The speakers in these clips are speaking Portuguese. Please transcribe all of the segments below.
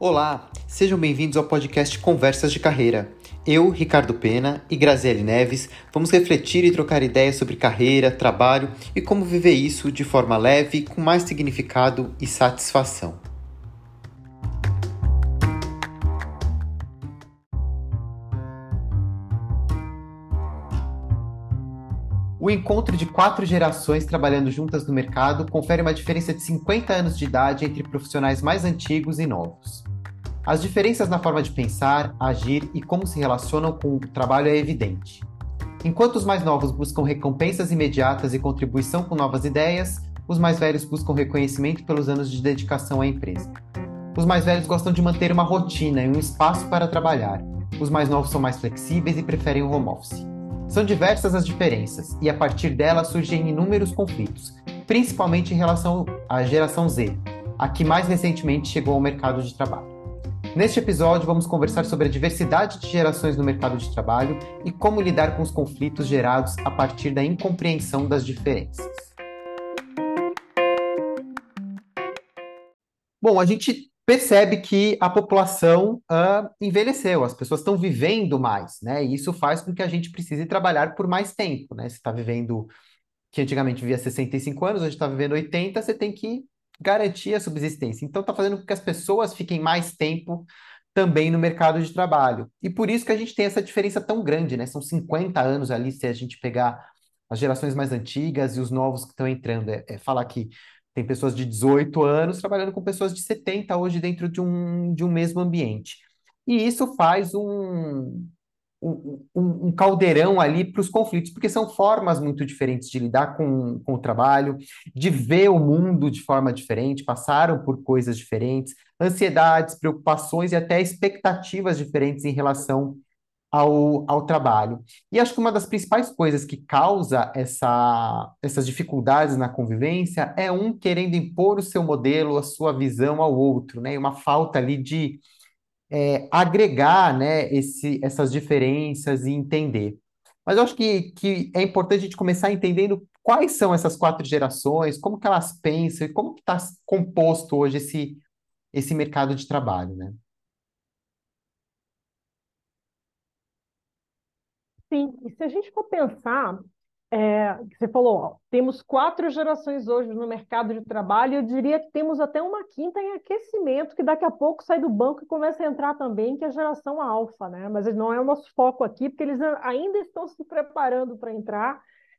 Olá, sejam bem-vindos ao podcast Conversas de Carreira. Eu, Ricardo Pena e Graziele Neves vamos refletir e trocar ideias sobre carreira, trabalho e como viver isso de forma leve, com mais significado e satisfação. O encontro de 4 gerações trabalhando juntas no mercado confere uma diferença de 50 anos de idade entre profissionais mais antigos e novos. As diferenças na forma de pensar, agir e como se relacionam com o trabalho é evidente. Enquanto os mais novos buscam recompensas imediatas e contribuição com novas ideias, os mais velhos buscam reconhecimento pelos anos de dedicação à empresa. Os mais velhos gostam de manter uma rotina e um espaço para trabalhar. Os mais novos são mais flexíveis e preferem o home office. São diversas as diferenças, e a partir delas surgem inúmeros conflitos, principalmente em relação à geração Z, a que mais recentemente chegou ao mercado de trabalho. Neste episódio, vamos conversar sobre a diversidade de gerações no mercado de trabalho e como lidar com os conflitos gerados a partir da incompreensão das diferenças. Bom, a gente percebe que a população envelheceu, as pessoas estão vivendo mais, né? E isso faz com que a gente precise trabalhar por mais tempo, né? Você está vivendo, que antigamente vivia 65 anos, hoje está vivendo 80, você tem que garantir a subsistência. Então, está fazendo com que as pessoas fiquem mais tempo também no mercado de trabalho. E por isso que a gente tem essa diferença tão grande, né? São 50 anos ali, se a gente pegar as gerações mais antigas e os novos que estão entrando. Falar que tem pessoas de 18 anos trabalhando com pessoas de 70 hoje dentro de um mesmo ambiente. E isso faz um caldeirão ali para os conflitos, porque são formas muito diferentes de lidar com o trabalho, de ver o mundo de forma diferente, passaram por coisas diferentes, ansiedades, preocupações e até expectativas diferentes em relação ao trabalho. E acho que uma das principais coisas que causa essas dificuldades na convivência é um querendo impor o seu modelo, a sua visão ao outro, né? E uma falta ali de agregar, né, essas diferenças e entender. Mas eu acho que é importante a gente começar entendendo quais são essas 4 gerações, como que elas pensam e como que está composto hoje esse mercado de trabalho, né? Sim, e se a gente for pensar, que você falou, ó, temos 4 gerações hoje no mercado de trabalho, eu diria que temos até uma quinta em aquecimento, que daqui a pouco sai do banco e começa a entrar também, que é a geração alfa, né? Mas não é o nosso foco aqui, porque eles ainda estão se preparando para entrar.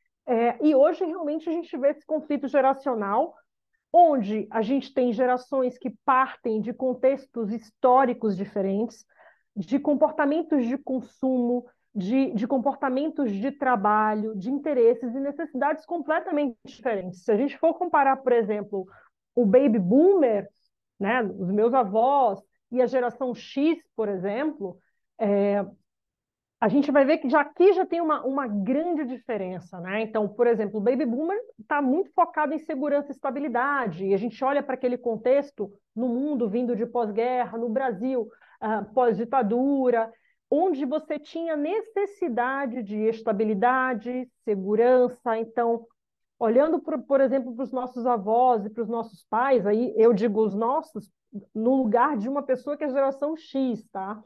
E hoje realmente a gente vê esse conflito geracional, onde a gente tem gerações que partem de contextos históricos diferentes, de comportamentos de consumo, de comportamentos de trabalho, de interesses e necessidades completamente diferentes. Se a gente for comparar, por exemplo, o baby boomer, né, os meus avós, e a geração X, por exemplo, é, a gente vai ver que já aqui já tem uma grande diferença, né? Então, por exemplo, o baby boomer está muito focado em segurança e estabilidade, e a gente olha para aquele contexto no mundo vindo de pós-guerra, no Brasil, pós-ditadura, onde você tinha necessidade de estabilidade, segurança. Então, olhando, por exemplo, para os nossos avós e para os nossos pais, aí eu digo os nossos, no lugar de uma pessoa que é geração X, tá?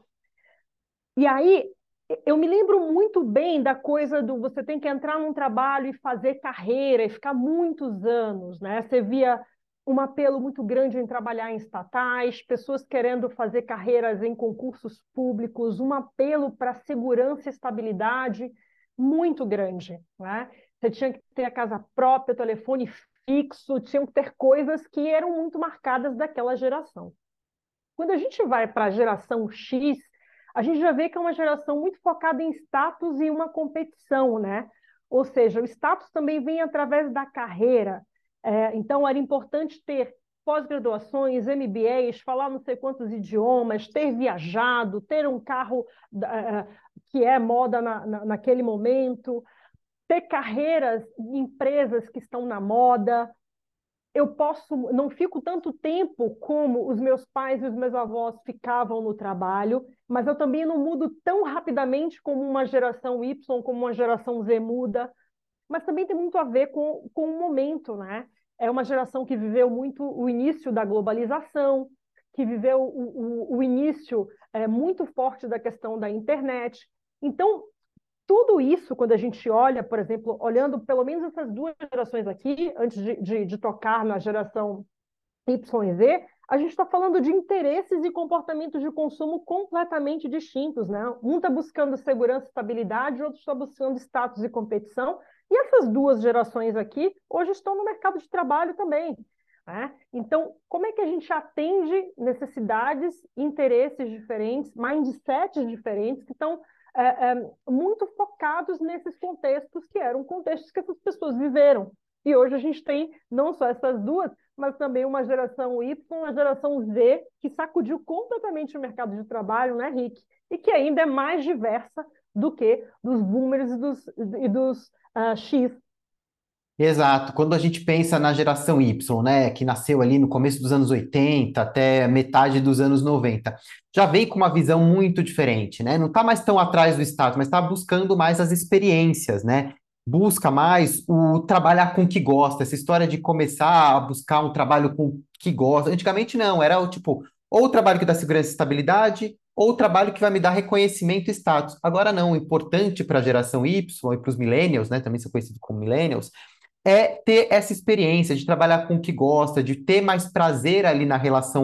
E aí, eu me lembro muito bem da coisa do você tem que entrar num trabalho e fazer carreira e ficar muitos anos, né? Você via um apelo muito grande em trabalhar em estatais, pessoas querendo fazer carreiras em concursos públicos, um apelo para segurança e estabilidade muito grande, né? Você tinha que ter a casa própria, telefone fixo, tinham que ter coisas que eram muito marcadas daquela geração. Quando a gente vai para a geração X, a gente já vê que é uma geração muito focada em status e uma competição, né? Ou seja, o status também vem através da carreira. Então, era importante ter pós-graduações, MBAs, falar não sei quantos idiomas, ter viajado, ter um carro que é moda naquele momento, ter carreiras em empresas que estão na moda. Eu posso, não fico tanto tempo como os meus pais e os meus avós ficavam no trabalho, mas eu também não mudo tão rapidamente como uma geração Y, como uma geração Z muda, mas também tem muito a ver com o momento, né? É uma geração que viveu muito o início da globalização, que viveu o início muito forte da questão da internet. Então, tudo isso, quando a gente olha, por exemplo, olhando pelo menos essas duas gerações aqui, antes de tocar na geração Y e Z, a gente está falando de interesses e comportamentos de consumo completamente distintos, né? Um está buscando segurança e estabilidade, o outro está buscando status e competição. E essas duas gerações aqui hoje estão no mercado de trabalho também, né? Então, como é que a gente atende necessidades, interesses diferentes, mindsets diferentes que estão muito focados nesses contextos que eram contextos que essas pessoas viveram. E hoje a gente tem não só essas duas, mas também uma geração Y, uma geração Z, que sacudiu completamente o mercado de trabalho, né, Rick? E que ainda é mais diversa do que dos boomers e dos X. Exato. Quando a gente pensa na geração Y, né, que nasceu ali no começo dos anos 80 até metade dos anos 90, já vem com uma visão muito diferente, né? Não está mais tão atrás do status, mas está buscando mais as experiências, né? Busca mais o trabalhar com o que gosta, essa história de começar a buscar um trabalho com o que gosta. Antigamente não, era o tipo, ou o trabalho que dá segurança e estabilidade, ou o trabalho que vai me dar reconhecimento e status. Agora não, o importante para a geração Y e para os millennials, né, também são conhecidos como millennials, é ter essa experiência de trabalhar com o que gosta, de ter mais prazer ali na relação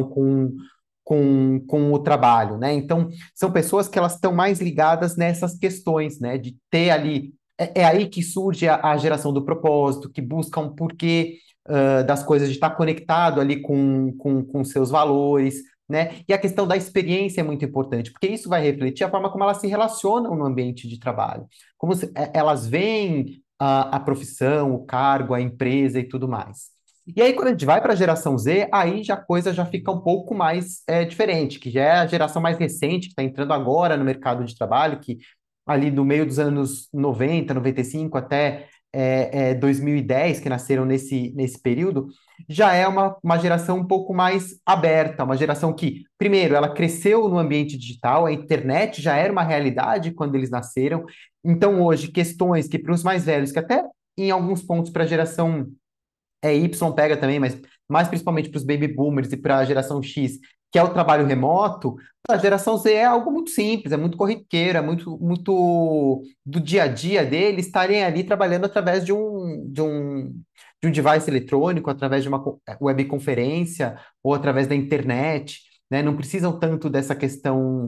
com o trabalho, né? Então, são pessoas que elas estão mais ligadas nessas questões, né? De ter ali. É aí que surge a geração do propósito, que busca um porquê das coisas, de estar conectado ali com seus valores, né? E a questão da experiência é muito importante, porque isso vai refletir a forma como elas se relacionam no ambiente de trabalho, elas veem a profissão, o cargo, a empresa e tudo mais. E aí, quando a gente vai para a geração Z, aí já a coisa já fica um pouco mais diferente, que já é a geração mais recente, que está entrando agora no mercado de trabalho, que ali no meio dos anos 90, 95 até 2010, que nasceram nesse período, já é uma geração um pouco mais aberta, uma geração que, primeiro, ela cresceu no ambiente digital, a internet já era uma realidade quando eles nasceram, então hoje, questões que para os mais velhos, que até em alguns pontos para a geração Y pega também, mas mais principalmente para os baby boomers e para a geração X, que é o trabalho remoto, a geração Z é algo muito simples, é muito corriqueiro, é muito do dia a dia deles estarem ali trabalhando através de um device eletrônico, através de uma webconferência ou através da internet, né? Não precisam tanto dessa questão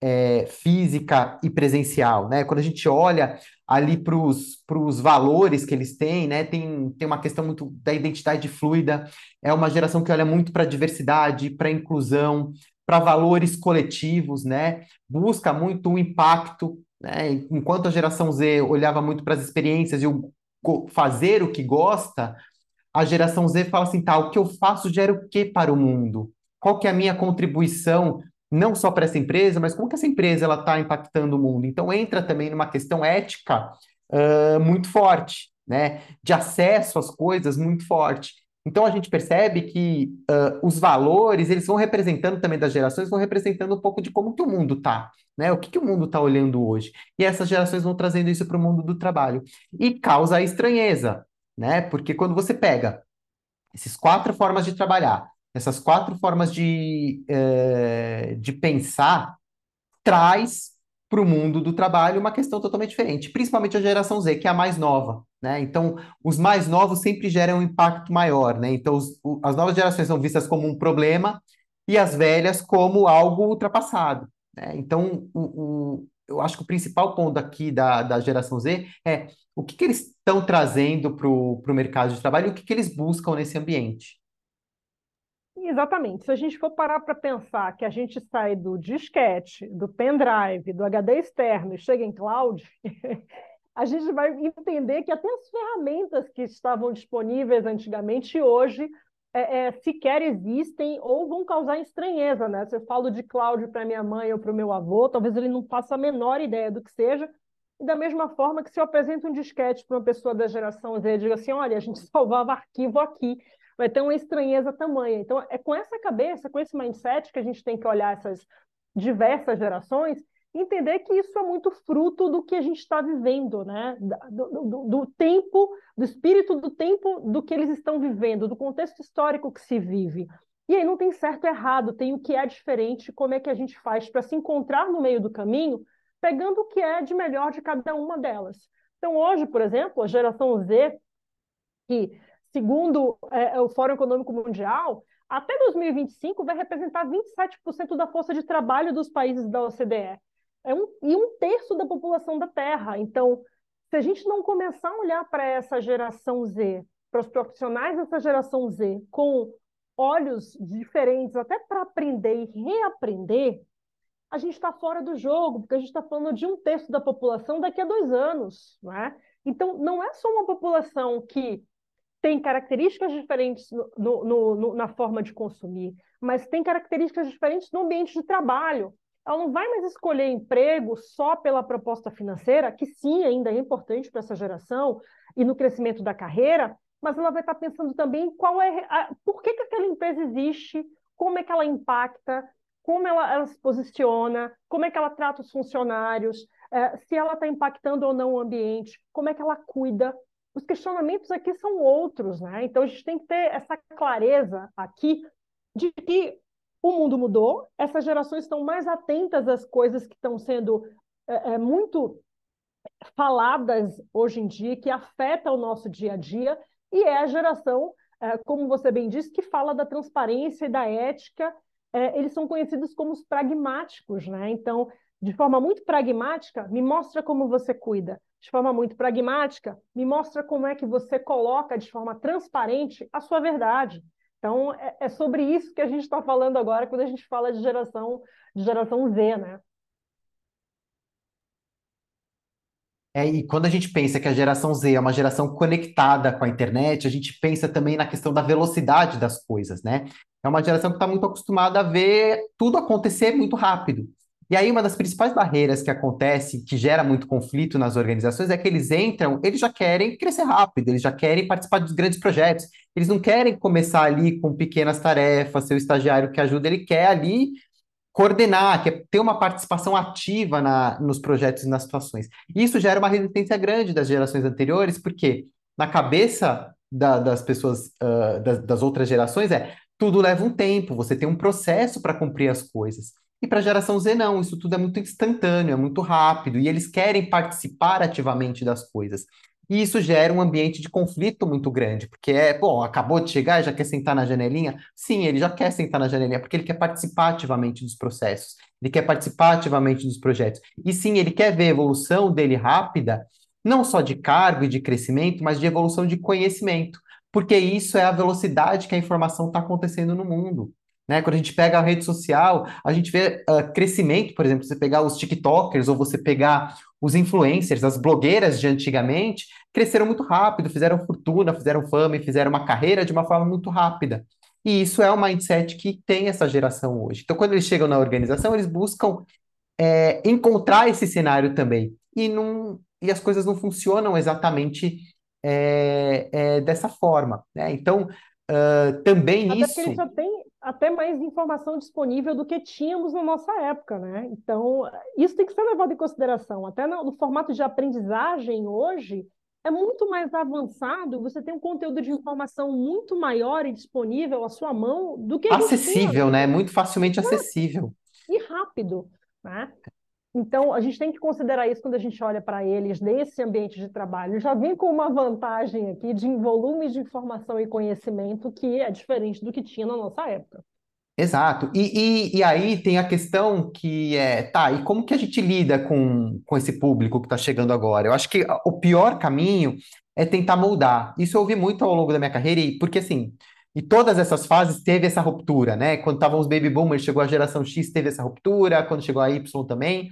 física e presencial, né? Quando a gente olha ali para os valores que eles têm, né? Tem uma questão muito da identidade fluida, é uma geração que olha muito para a diversidade, para a inclusão, para valores coletivos, né? Busca muito o impacto, né? Enquanto a geração Z olhava muito para as experiências e o fazer o que gosta, a geração Z fala assim, tá, o que eu faço gera o que para o mundo? Qual que é a minha contribuição, não só para essa empresa, mas como que essa empresa ela está impactando o mundo? Então entra também numa questão ética muito forte, né? De acesso às coisas muito forte. Então a gente percebe que os valores, eles vão representando também das gerações, vão representando um pouco de como que o mundo está, né? O que que o mundo está olhando hoje. E essas gerações vão trazendo isso para o mundo do trabalho. E causa a estranheza, né? Porque quando você pega essas quatro formas de trabalhar, essas quatro formas de pensar, traz para o mundo do trabalho uma questão totalmente diferente, principalmente a geração Z, que é a mais nova, né? Então, os mais novos sempre geram um impacto maior, né? Então, as novas gerações são vistas como um problema e as velhas como algo ultrapassado, né? Então, eu acho que o principal ponto aqui da geração Z é o que eles estão trazendo para o mercado de trabalho e o que eles buscam nesse ambiente. Exatamente. Se a gente for parar para pensar que a gente sai do disquete, do pendrive, do HD externo e chega em cloud, a gente vai entender que até as ferramentas que estavam disponíveis antigamente hoje sequer existem ou vão causar estranheza, né? Se eu falo de cloud para minha mãe ou para o meu avô, talvez ele não faça a menor ideia do que seja. E da mesma forma que se eu apresento um disquete para uma pessoa da geração Z e digo assim, olha, a gente salvava arquivo aqui, vai ter uma estranheza tamanha. Então, é com essa cabeça, com esse mindset que a gente tem que olhar essas diversas gerações, entender que isso é muito fruto do que a gente está vivendo, né? Do tempo, do espírito do tempo do que eles estão vivendo, do contexto histórico que se vive. E aí não tem certo e errado, tem o que é diferente, como é que a gente faz para se encontrar no meio do caminho, pegando o que é de melhor de cada uma delas. Então, hoje, por exemplo, a geração Z, que, segundo o Fórum Econômico Mundial, até 2025 vai representar 27% da força de trabalho dos países da OCDE. E um terço da população da Terra. Então, se a gente não começar a olhar para essa geração Z, para os profissionais dessa geração Z, com olhos diferentes, até para aprender e reaprender, a gente está fora do jogo, porque a gente está falando de um terço da população daqui a 2 anos, não é? Então, não é só uma população que tem características diferentes na forma de consumir, mas tem características diferentes no ambiente de trabalho. Ela não vai mais escolher emprego só pela proposta financeira, que sim, ainda é importante para essa geração e no crescimento da carreira, mas ela vai estar pensando também por que aquela empresa existe, como é que ela impacta, como ela se posiciona, como é que ela trata os funcionários, se ela está impactando ou não o ambiente, como é que ela cuida. Os questionamentos aqui são outros, né? Então a gente tem que ter essa clareza aqui de que o mundo mudou, essas gerações estão mais atentas às coisas que estão sendo muito faladas hoje em dia, que afetam o nosso dia a dia, e é a geração, como você bem disse, que fala da transparência e da ética. Eles são conhecidos como os pragmáticos, né? Então, de forma muito pragmática, me mostra como você cuida. De forma muito pragmática, me mostra como é que você coloca de forma transparente a sua verdade. Então, é sobre isso que a gente está falando agora quando a gente fala de geração Z, né? E quando a gente pensa que a geração Z é uma geração conectada com a internet, a gente pensa também na questão da velocidade das coisas, né? É uma geração que está muito acostumada a ver tudo acontecer muito rápido. E aí, uma das principais barreiras que acontece, que gera muito conflito nas organizações, é que eles entram, eles já querem crescer rápido, eles já querem participar dos grandes projetos, eles não querem começar ali com pequenas tarefas, seu estagiário que ajuda, ele quer ali coordenar, que é ter uma participação ativa nos projetos e nas situações. Isso gera uma resistência grande das gerações anteriores, porque na cabeça das pessoas, das outras gerações, tudo leva um tempo, você tem um processo para cumprir as coisas. E para a geração Z, não, isso tudo é muito instantâneo, é muito rápido, e eles querem participar ativamente das coisas. E isso gera um ambiente de conflito muito grande, porque bom, acabou de chegar e já quer sentar na janelinha? Sim, ele já quer sentar na janelinha, porque ele quer participar ativamente dos processos, ele quer participar ativamente dos projetos. E sim, ele quer ver a evolução dele rápida, não só de cargo e de crescimento, mas de evolução de conhecimento, porque isso é a velocidade que a informação está acontecendo no mundo. Né? Quando a gente pega a rede social, a gente vê crescimento, por exemplo, você pegar os TikTokers ou você pegar os influencers, as blogueiras de antigamente, cresceram muito rápido, fizeram fortuna, fizeram fama e fizeram uma carreira de uma forma muito rápida. E isso é um mindset que tem essa geração hoje. Então, quando eles chegam na organização, eles buscam encontrar esse cenário também. E as coisas não funcionam exatamente dessa forma, né? Então, também Até porque isso. eles já têm até mais informação disponível do que tínhamos na nossa época, né? Então, isso tem que ser levado em consideração. Até no formato de aprendizagem hoje, é muito mais avançado, você tem um conteúdo de informação muito maior e disponível à sua mão do que a gente tinha, Acessível, né? Muito facilmente acessível. e rápido, né? Então, a gente tem que considerar isso quando a gente olha para eles nesse ambiente de trabalho. Já vem com uma vantagem aqui de volume de informação e conhecimento que é diferente do que tinha na nossa época. Exato. E aí tem a questão que tá, e como que a gente lida com esse público que está chegando agora? Eu acho que o pior caminho é tentar moldar. Isso eu ouvi muito ao longo da minha carreira, porque assim, em todas essas fases teve essa ruptura, né? Quando estavam os baby boomers, chegou a geração X, teve essa ruptura, quando chegou a Y também.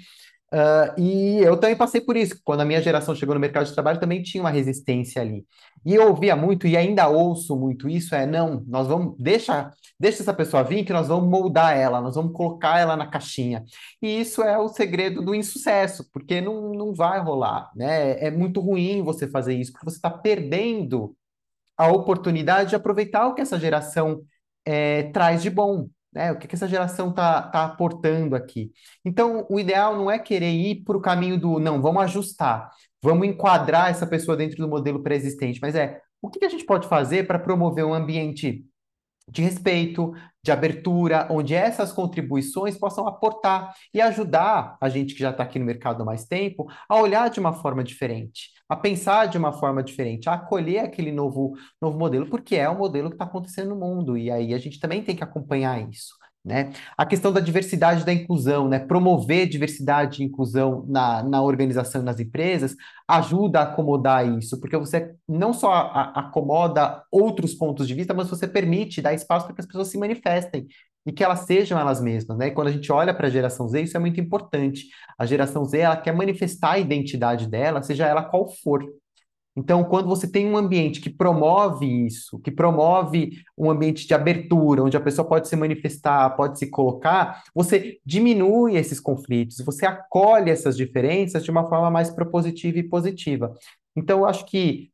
E eu também passei por isso. Quando a minha geração chegou no mercado de trabalho, também tinha uma resistência ali. E eu ouvia muito, e ainda ouço muito isso, não, nós vamos, deixa essa pessoa vir, que nós vamos moldar ela, nós vamos colocar ela na caixinha. E isso é o segredo do insucesso, porque não vai rolar, né? É muito ruim você fazer isso, porque você está perdendo a oportunidade de aproveitar o que essa geração traz de bom, né? O que essa geração tá aportando aqui. Então, o ideal não é querer ir para o caminho do não, vamos ajustar, vamos enquadrar essa pessoa dentro do modelo pré-existente, mas o que que a gente pode fazer para promover um ambiente de respeito, de de abertura, onde essas contribuições possam aportar e ajudar a gente que já está aqui no mercado há mais tempo a olhar de uma forma diferente, a pensar de uma forma diferente, a acolher aquele novo modelo, porque é o modelo que está acontecendo no mundo, e aí a gente também tem que acompanhar isso. Né? A questão da diversidade e da inclusão, né? Promover diversidade e inclusão na organização e nas empresas ajuda a acomodar isso, porque você não só acomoda outros pontos de vista, mas você permite dar espaço para que as pessoas se manifestem e que elas sejam elas mesmas, né? E quando a gente olha para a geração Z, isso é muito importante. A geração Z, ela quer manifestar a identidade dela, seja ela qual for. Então, quando você tem um ambiente que promove isso, que promove um ambiente de abertura, onde a pessoa pode se manifestar, pode se colocar, você diminui esses conflitos, você acolhe essas diferenças de uma forma mais propositiva e positiva. Então, eu acho que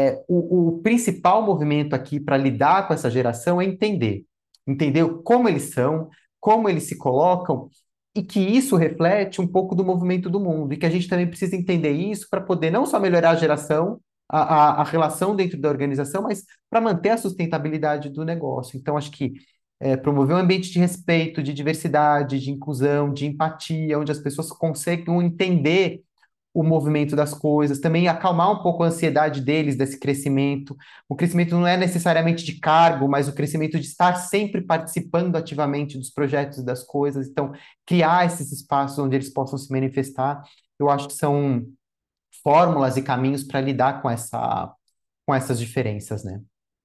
o principal movimento aqui para lidar com essa geração é entender como eles são, como eles se colocam e que isso reflete um pouco do movimento do mundo, e que a gente também precisa entender isso para poder não só melhorar a geração, a relação dentro da organização, mas para manter a sustentabilidade do negócio. Então, acho que promover um ambiente de respeito, de diversidade, de inclusão, de empatia, onde as pessoas consigam entender o movimento das coisas, também acalmar um pouco a ansiedade deles desse crescimento. O crescimento não é necessariamente de cargo, mas o crescimento de estar sempre participando ativamente dos projetos e das coisas. Então, criar esses espaços onde eles possam se manifestar, eu acho que são fórmulas e caminhos para lidar com essas diferenças, né?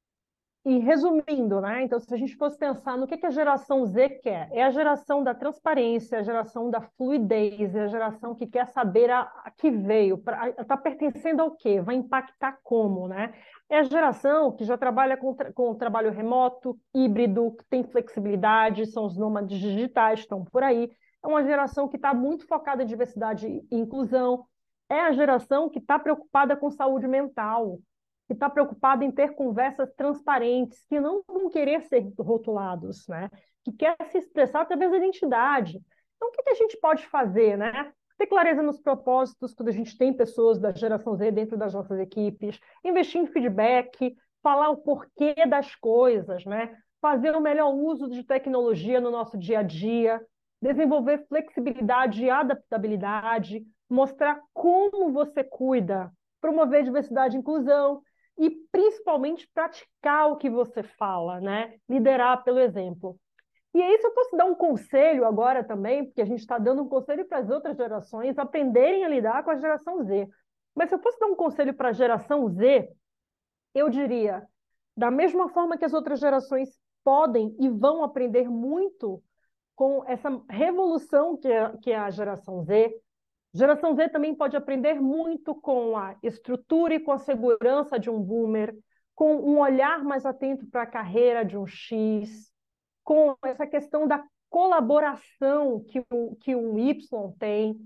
E resumindo, né? Então, se a gente fosse pensar no que a geração Z quer, é a geração da transparência, a geração da fluidez, é a geração que quer saber a que veio, está pertencendo ao quê, vai impactar como, né? É a geração que já trabalha com trabalho remoto, híbrido, que tem flexibilidade, são os nômades digitais, estão por aí. É uma geração que está muito focada em diversidade e inclusão. É a geração que está preocupada com saúde mental, que está preocupado em ter conversas transparentes, que não vão querer ser rotulados, né? Que quer se expressar através da identidade. Então, o que a gente pode fazer, né? Ter clareza nos propósitos, quando a gente tem pessoas da geração Z dentro das nossas equipes, investir em feedback, falar o porquê das coisas, né? Fazer o melhor uso de tecnologia no nosso dia a dia, desenvolver flexibilidade e adaptabilidade, mostrar como você cuida, promover diversidade e inclusão, e principalmente praticar o que você fala, né? Liderar pelo exemplo. E aí, se eu posso dar um conselho agora também, porque a gente está dando um conselho para as outras gerações aprenderem a lidar com a geração Z. Mas se eu fosse dar um conselho para a geração Z, eu diria, da mesma forma que as outras gerações podem e vão aprender muito com essa revolução que é a geração Z, geração Z também pode aprender muito com a estrutura e com a segurança de um boomer, com um olhar mais atento para a carreira de um X, com essa questão da colaboração que um Y tem.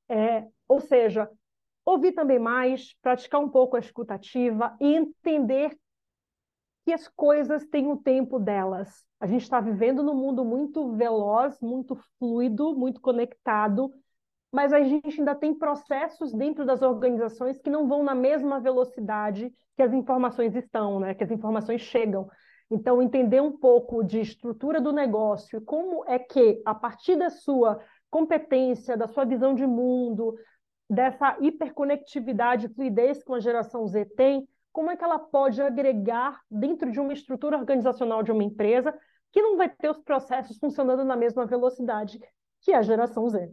Ou seja, ouvir também mais, praticar um pouco a escutativa e entender que as coisas têm o tempo delas. A gente está vivendo num mundo muito veloz, muito fluido, muito conectado, mas a gente ainda tem processos dentro das organizações que não vão na mesma velocidade que as informações estão, né? Que as informações chegam. Então, entender um pouco de estrutura do negócio, como é que, a partir da sua competência, da sua visão de mundo, dessa hiperconectividade, fluidez que uma geração Z tem, como é que ela pode agregar dentro de uma estrutura organizacional de uma empresa que não vai ter os processos funcionando na mesma velocidade que a geração Z.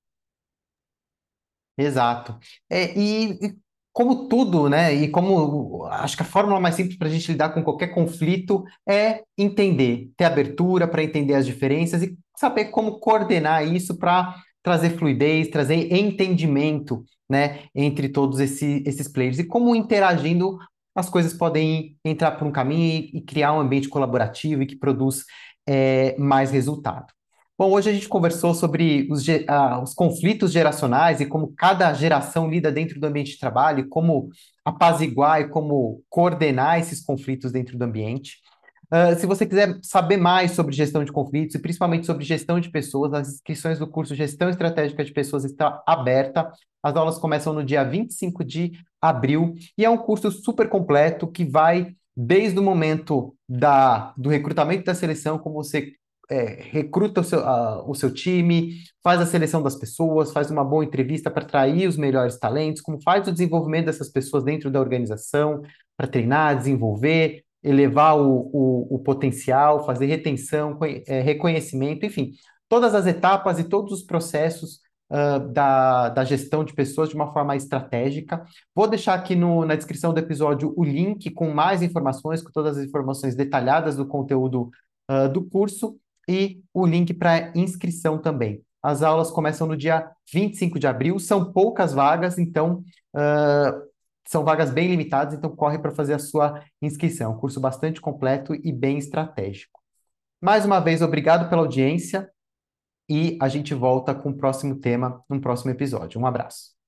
Exato. E como tudo, né? E como acho que a fórmula mais simples para a gente lidar com qualquer conflito é entender, ter abertura para entender as diferenças e saber como coordenar isso para trazer fluidez, trazer entendimento, né, entre todos esses players e como interagindo as coisas podem entrar por um caminho e criar um ambiente colaborativo e que produz mais resultado. Bom, hoje a gente conversou sobre os conflitos geracionais e como cada geração lida dentro do ambiente de trabalho, e como apaziguar e como coordenar esses conflitos dentro do ambiente. Se você quiser saber mais sobre gestão de conflitos e principalmente sobre gestão de pessoas, as inscrições do curso Gestão Estratégica de Pessoas está aberta. As aulas começam no dia 25 de abril e é um curso super completo que vai desde o momento do recrutamento da seleção, como você recruta o seu time, faz a seleção das pessoas, faz uma boa entrevista para atrair os melhores talentos, como faz o desenvolvimento dessas pessoas dentro da organização, para treinar, desenvolver, elevar o potencial, fazer retenção, reconhecimento, enfim, todas as etapas e todos os processos da gestão de pessoas de uma forma estratégica. Vou deixar aqui na descrição do episódio o link com mais informações, com todas as informações detalhadas do conteúdo do curso e o link para inscrição também. As aulas começam no dia 25 de abril, são poucas vagas, então são vagas bem limitadas, então corre para fazer a sua inscrição. Um curso bastante completo e bem estratégico. Mais uma vez, obrigado pela audiência e a gente volta com o próximo tema num próximo episódio. Um abraço.